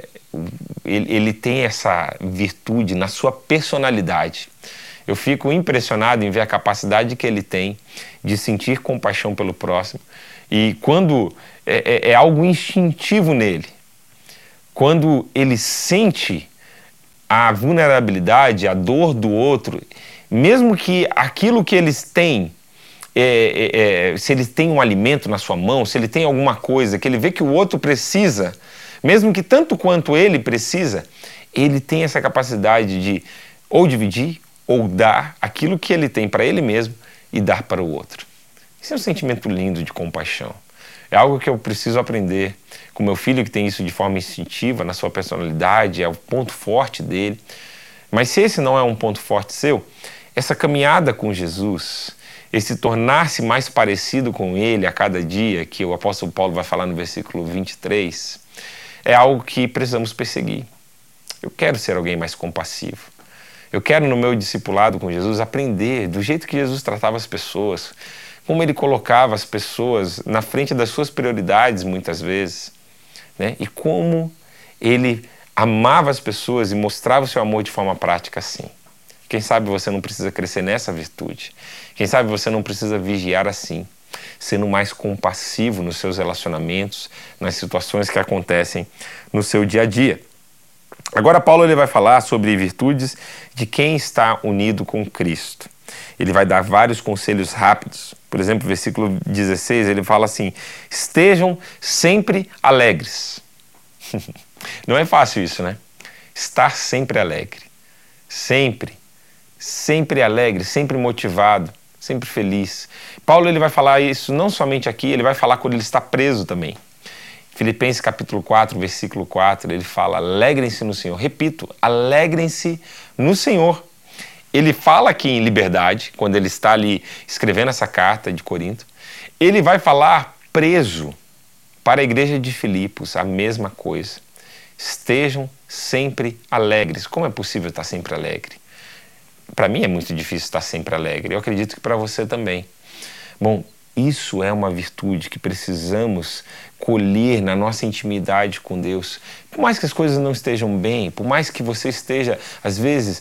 ele tem essa virtude na sua personalidade. Eu fico impressionado em ver a capacidade que ele tem de sentir compaixão pelo próximo. E quando é algo instintivo nele, quando ele sente a vulnerabilidade, a dor do outro, mesmo que aquilo que eles têm, se ele tem um alimento na sua mão, se ele tem alguma coisa que ele vê que o outro precisa, mesmo que tanto quanto ele precisa, ele tem essa capacidade de ou dividir ou dar aquilo que ele tem para ele mesmo e dar para o outro. Isso é um sentimento lindo de compaixão. É algo que eu preciso aprender com meu filho, que tem isso de forma instintiva, na sua personalidade, é o ponto forte dele. Mas se esse não é um ponto forte seu, essa caminhada com Jesus, esse tornar-se mais parecido com ele a cada dia, que o apóstolo Paulo vai falar no versículo 23, é algo que precisamos perseguir. Eu quero ser alguém mais compassivo. Eu quero, no meu discipulado com Jesus, aprender do jeito que Jesus tratava as pessoas, como ele colocava as pessoas na frente das suas prioridades, muitas vezes, né? E como ele amava as pessoas e mostrava o seu amor de forma prática assim. Quem sabe você não precisa crescer nessa virtude. Quem sabe você não precisa vigiar assim, sendo mais compassivo nos seus relacionamentos, nas situações que acontecem no seu dia a dia. Agora Paulo ele vai falar sobre virtudes de quem está unido com Cristo. Ele vai dar vários conselhos rápidos. Por exemplo, versículo 16, ele fala assim: estejam sempre alegres. Não é fácil isso, né? Estar sempre alegre. Sempre. Sempre alegre, sempre motivado, sempre feliz. Paulo ele vai falar isso não somente aqui, ele vai falar quando ele está preso também. Filipenses capítulo 4, versículo 4, ele fala: alegrem-se no Senhor. Repito, alegrem-se no Senhor. Ele fala aqui em liberdade, quando ele está ali escrevendo essa carta de Corinto. Ele vai falar preso para a igreja de Filipos, a mesma coisa. Estejam sempre alegres. Como é possível estar sempre alegre? Para mim é muito difícil estar sempre alegre. Eu acredito que para você também. Bom, isso é uma virtude que precisamos colher na nossa intimidade com Deus. Por mais que as coisas não estejam bem, por mais que você esteja, às vezes,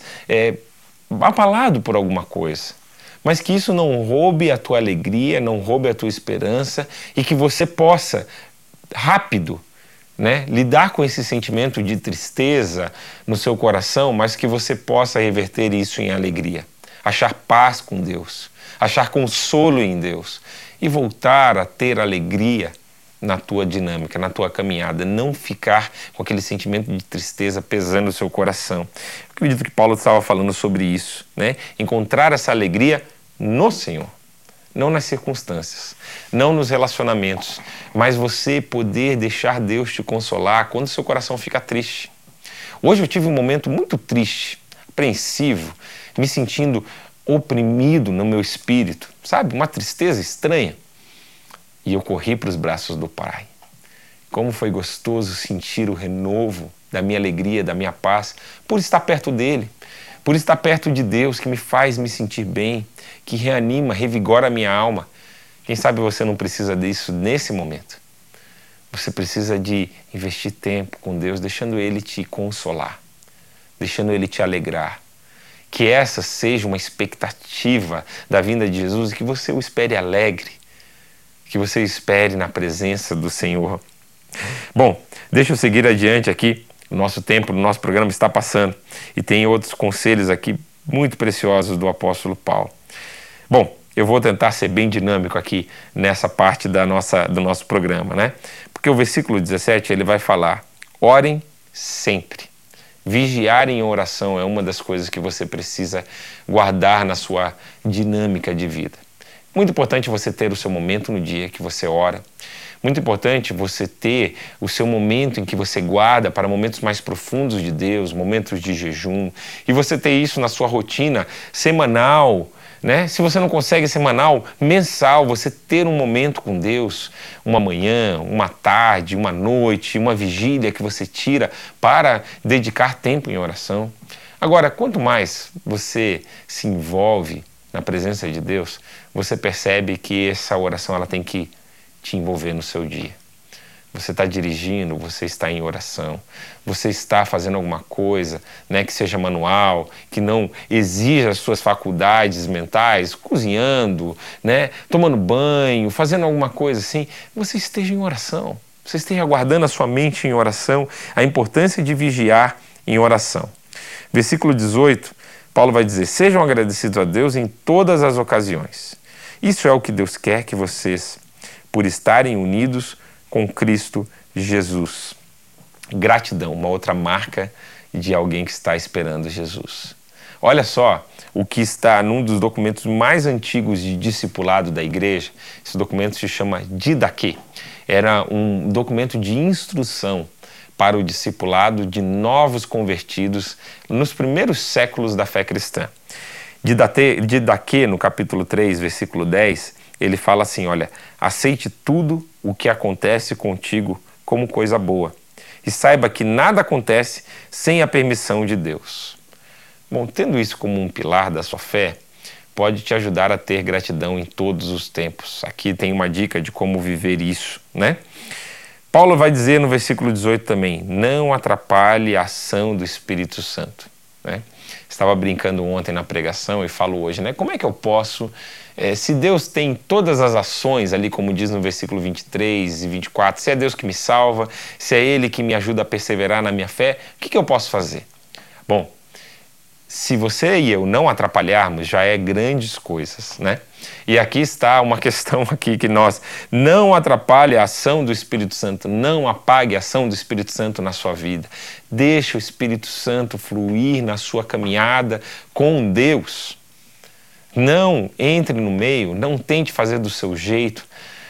abalado por alguma coisa, mas que isso não roube a tua alegria, não roube a tua esperança e que você possa, rápido, né, lidar com esse sentimento de tristeza no seu coração, mas que você possa reverter isso em alegria, achar paz com Deus, achar consolo em Deus e voltar a ter alegria na tua dinâmica, na tua caminhada, não ficar com aquele sentimento de tristeza pesando o seu coração. Eu acredito que Paulo estava falando sobre isso, né? Encontrar essa alegria no Senhor, não nas circunstâncias, não nos relacionamentos, mas você poder deixar Deus te consolar quando o seu coração fica triste. Hoje eu tive um momento muito triste, apreensivo, me sentindo oprimido no meu espírito, sabe? Uma tristeza estranha. E eu corri para os braços do Pai. Como foi gostoso sentir o renovo da minha alegria, da minha paz, por estar perto dele, por estar perto de Deus, que me faz me sentir bem, que reanima, revigora a minha alma. Quem sabe você não precisa disso nesse momento. Você precisa de investir tempo com Deus, deixando Ele te consolar, deixando Ele te alegrar. Que essa seja uma expectativa da vinda de Jesus e que você o espere alegre, que você espere na presença do Senhor. Bom, deixa eu seguir adiante aqui. O nosso tempo, o nosso programa está passando. E tem outros conselhos aqui muito preciosos do apóstolo Paulo. Bom, eu vou tentar ser bem dinâmico aqui nessa parte do nosso programa, né? Porque o versículo 17, ele vai falar: orem sempre. Vigiar em oração é uma das coisas que você precisa guardar na sua dinâmica de vida. Muito importante você ter o seu momento no dia que você ora. Muito importante você ter o seu momento em que você guarda para momentos mais profundos de Deus, momentos de jejum. E você ter isso na sua rotina semanal, né? Se você não consegue semanal, mensal, você ter um momento com Deus, uma manhã, uma tarde, uma noite, uma vigília que você tira para dedicar tempo em oração. Agora, quanto mais você se envolve na presença de Deus, você percebe que essa oração ela tem que te envolver no seu dia. Você está dirigindo, você está em oração, você está fazendo alguma coisa, né, que seja manual, que não exija as suas faculdades mentais, cozinhando, né, tomando banho, fazendo alguma coisa assim, você esteja em oração, você esteja guardando a sua mente em oração, a importância de vigiar em oração. Versículo 18, Paulo vai dizer: sejam agradecidos a Deus em todas as ocasiões. Isso é o que Deus quer que vocês, por estarem unidos com Cristo Jesus. Gratidão, uma outra marca de alguém que está esperando Jesus. Olha só o que está num dos documentos mais antigos de discipulado da igreja. Esse documento se chama Didaquê. Era um documento de instrução para o discipulado de novos convertidos nos primeiros séculos da fé cristã. Didaquê, no capítulo 3, versículo 10, ele fala assim, olha, aceite tudo o que acontece contigo como coisa boa e saiba que nada acontece sem a permissão de Deus. Bom, tendo isso como um pilar da sua fé, pode te ajudar a ter gratidão em todos os tempos. Aqui tem uma dica de como viver isso, né? Paulo vai dizer no versículo 18 também, não atrapalhe a ação do Espírito Santo, né? Estava brincando ontem na pregação e falo hoje, né? Como é que eu posso, se Deus tem todas as ações ali, como diz no versículo 23 e 24, se é Deus que me salva, se é Ele que me ajuda a perseverar na minha fé, o que eu posso fazer? Bom, se você e eu não atrapalharmos, já é grandes coisas, né? E aqui está uma questão aqui que nós não atrapalhe a ação do Espírito Santo, não apague a ação do Espírito Santo na sua vida. Deixe o Espírito Santo fluir na sua caminhada com Deus. Não entre no meio, não tente fazer do seu jeito,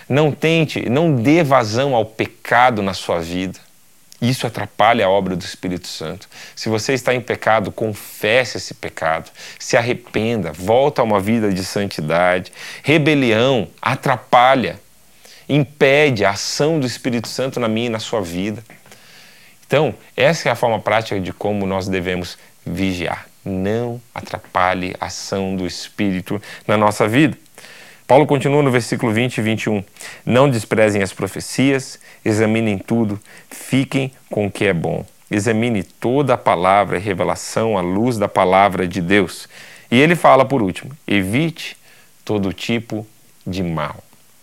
não dê vazão ao pecado na sua vida. Isso atrapalha a obra do Espírito Santo. Se você está em pecado, confesse esse pecado, se arrependa, volta a uma vida de santidade. Rebelião atrapalha, impede a ação do Espírito Santo na minha e na sua vida. Então, essa é a forma prática de como nós devemos vigiar. Não atrapalhe a ação do Espírito na nossa vida. Paulo continua no versículo 20 e 21. Não desprezem as profecias, examinem tudo, fiquem com o que é bom. Examine toda a palavra e revelação à luz da palavra de Deus. E ele fala por último, evite todo tipo de mal.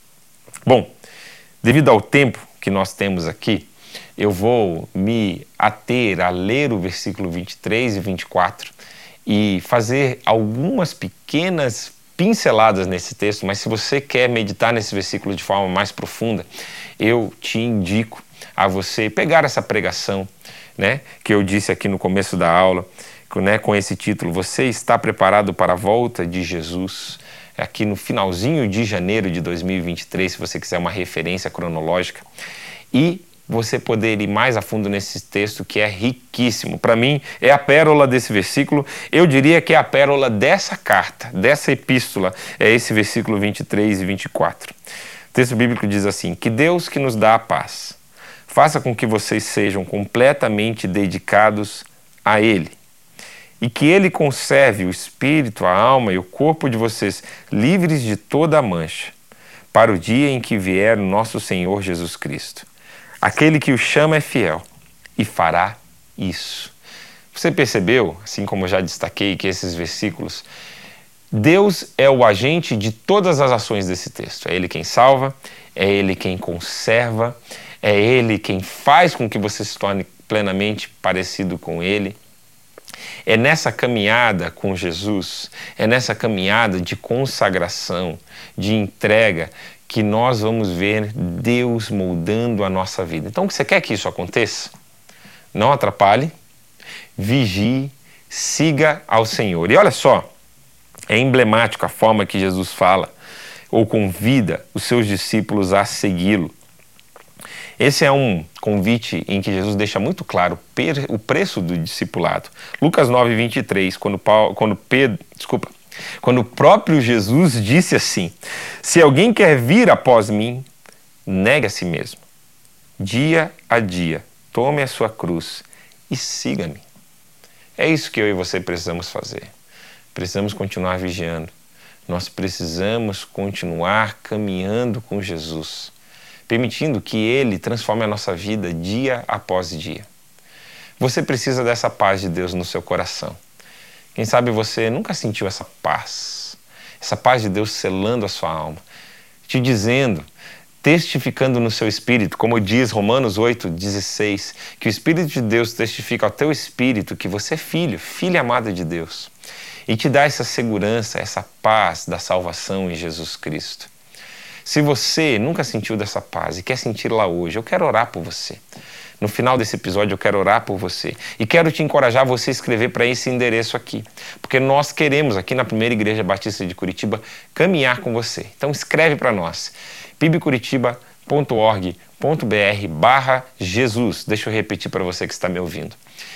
Bom, devido ao tempo que nós temos aqui, eu vou me ater a ler o versículo 23 e 24 e fazer algumas pequenas pinceladas nesse texto, mas se você quer meditar nesse versículo de forma mais profunda, eu te indico a você pegar essa pregação, né, que eu disse aqui no começo da aula, né, com esse título, Você está preparado para a volta de Jesus? Aqui no finalzinho de janeiro de 2023, se você quiser uma referência cronológica, e você poder ir mais a fundo nesse texto que é riquíssimo. Para mim, é a pérola desse versículo. Eu diria que é a pérola dessa carta, dessa epístola, é esse versículo 23 e 24. O texto bíblico diz assim, que Deus que nos dá a paz, faça com que vocês sejam completamente dedicados a Ele, e que Ele conserve o espírito, a alma e o corpo de vocês livres de toda a mancha, para o dia em que vier o nosso Senhor Jesus Cristo. Aquele que o chama é fiel e fará isso. Você percebeu, assim como eu já destaquei, que esses versículos, Deus é o agente de todas as ações desse texto. É Ele quem salva, é Ele quem conserva, é Ele quem faz com que você se torne plenamente parecido com Ele. É nessa caminhada com Jesus, é nessa caminhada de consagração, de entrega, que nós vamos ver Deus moldando a nossa vida. Então, você quer que isso aconteça? Não atrapalhe, vigie, siga ao Senhor. E olha só, é emblemático a forma que Jesus fala ou convida os seus discípulos a segui-lo. Esse é um convite em que Jesus deixa muito claro o preço do discipulado. Lucas 9, 23, quando o próprio Jesus disse assim, se alguém quer vir após mim, negue a si mesmo. Dia a dia, tome a sua cruz e siga-me. É isso que eu e você precisamos fazer. Precisamos continuar vigiando. Nós precisamos continuar caminhando com Jesus, permitindo que Ele transforme a nossa vida dia após dia. Você precisa dessa paz de Deus no seu coração. Quem sabe você nunca sentiu essa paz de Deus selando a sua alma, te dizendo, testificando no seu espírito, como diz Romanos 8,16, que o Espírito de Deus testifica ao teu espírito que você é filho, filha amada de Deus, e te dá essa segurança, essa paz da salvação em Jesus Cristo. Se você nunca sentiu dessa paz e quer sentir-la hoje, eu quero orar por você. No final desse episódio eu quero orar por você e quero te encorajar a você escrever para esse endereço aqui, porque nós queremos aqui na Primeira Igreja Batista de Curitiba caminhar com você. Então escreve para nós, pibcuritiba.org.br/Jesus. Deixa eu repetir para você que está me ouvindo.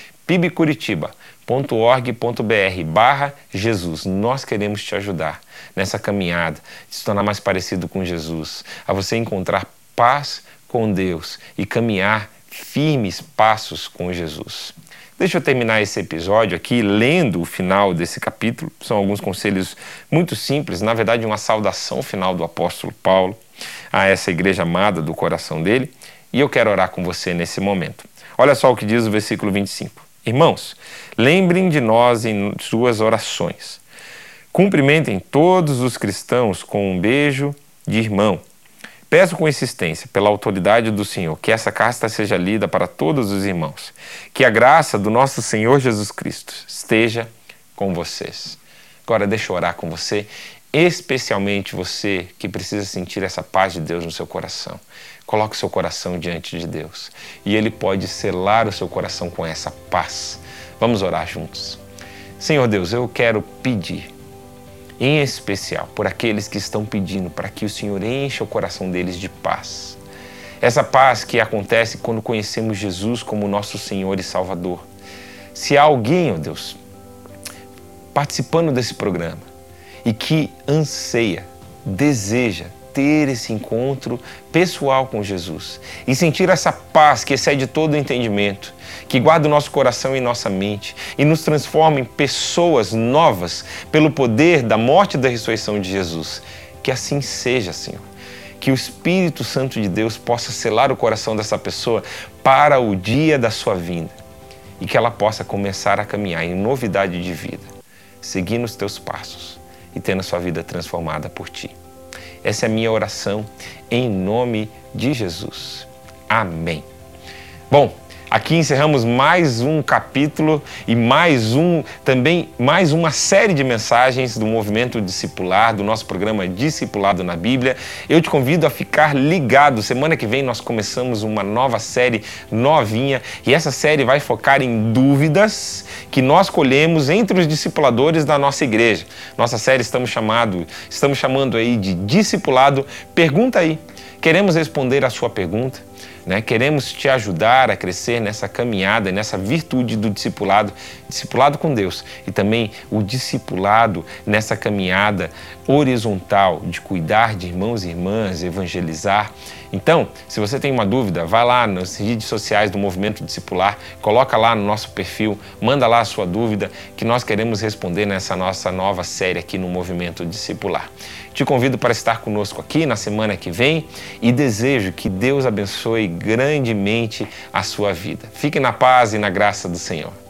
pibcuritiba.org.br/Jesus. Nós queremos te ajudar nessa caminhada, de se tornar mais parecido com Jesus, a você encontrar paz com Deus e caminhar firmes passos com Jesus. Deixa eu terminar esse episódio aqui lendo o final desse capítulo. São alguns conselhos muito simples, na verdade uma saudação final do apóstolo Paulo a essa igreja amada do coração dele, e eu quero orar com você nesse momento. Olha só o que diz o versículo 25. Irmãos, lembrem de nós em suas orações. Cumprimentem todos os cristãos com um beijo de irmão. Peço com insistência, pela autoridade do Senhor, que essa carta seja lida para todos os irmãos. Que a graça do nosso Senhor Jesus Cristo esteja com vocês. Agora deixa eu orar com você, especialmente você que precisa sentir essa paz de Deus no seu coração. Coloque o seu coração diante de Deus e Ele pode selar o seu coração com essa paz. Vamos orar juntos. Senhor Deus, eu quero pedir, em especial por aqueles que estão pedindo para que o Senhor encha o coração deles de paz. Essa paz que acontece quando conhecemos Jesus como nosso Senhor e Salvador. Se há alguém, ó Deus, participando desse programa e que anseia, deseja ter esse encontro pessoal com Jesus e sentir essa paz que excede todo o entendimento, que guarda o nosso coração e nossa mente e nos transforma em pessoas novas pelo poder da morte e da ressurreição de Jesus. Que assim seja, Senhor. Que o Espírito Santo de Deus possa selar o coração dessa pessoa para o dia da sua vinda e que ela possa começar a caminhar em novidade de vida, seguindo os teus passos e tendo a sua vida transformada por ti. Essa é a minha oração em nome de Jesus. Amém. Bom, aqui encerramos mais um capítulo e mais uma série de mensagens do Movimento Discipular, do nosso programa Discipulado na Bíblia. Eu te convido a ficar ligado. Semana que vem nós começamos uma nova série novinha e essa série vai focar em dúvidas que nós colhemos entre os discipuladores da nossa igreja. Nossa série estamos chamando aí de Discipulado. Pergunta aí. Queremos responder a sua pergunta. Queremos te ajudar a crescer nessa caminhada, nessa virtude do discipulado com Deus e também o discipulado nessa caminhada horizontal de cuidar de irmãos e irmãs, evangelizar. Então, se você tem uma dúvida, vá lá nas redes sociais do Movimento Discipular, coloca lá no nosso perfil, manda lá a sua dúvida que nós queremos responder nessa nossa nova série aqui no Movimento Discipular. Te convido para estar conosco aqui na semana que vem e desejo que Deus abençoe grandemente a sua vida. Fique na paz e na graça do Senhor.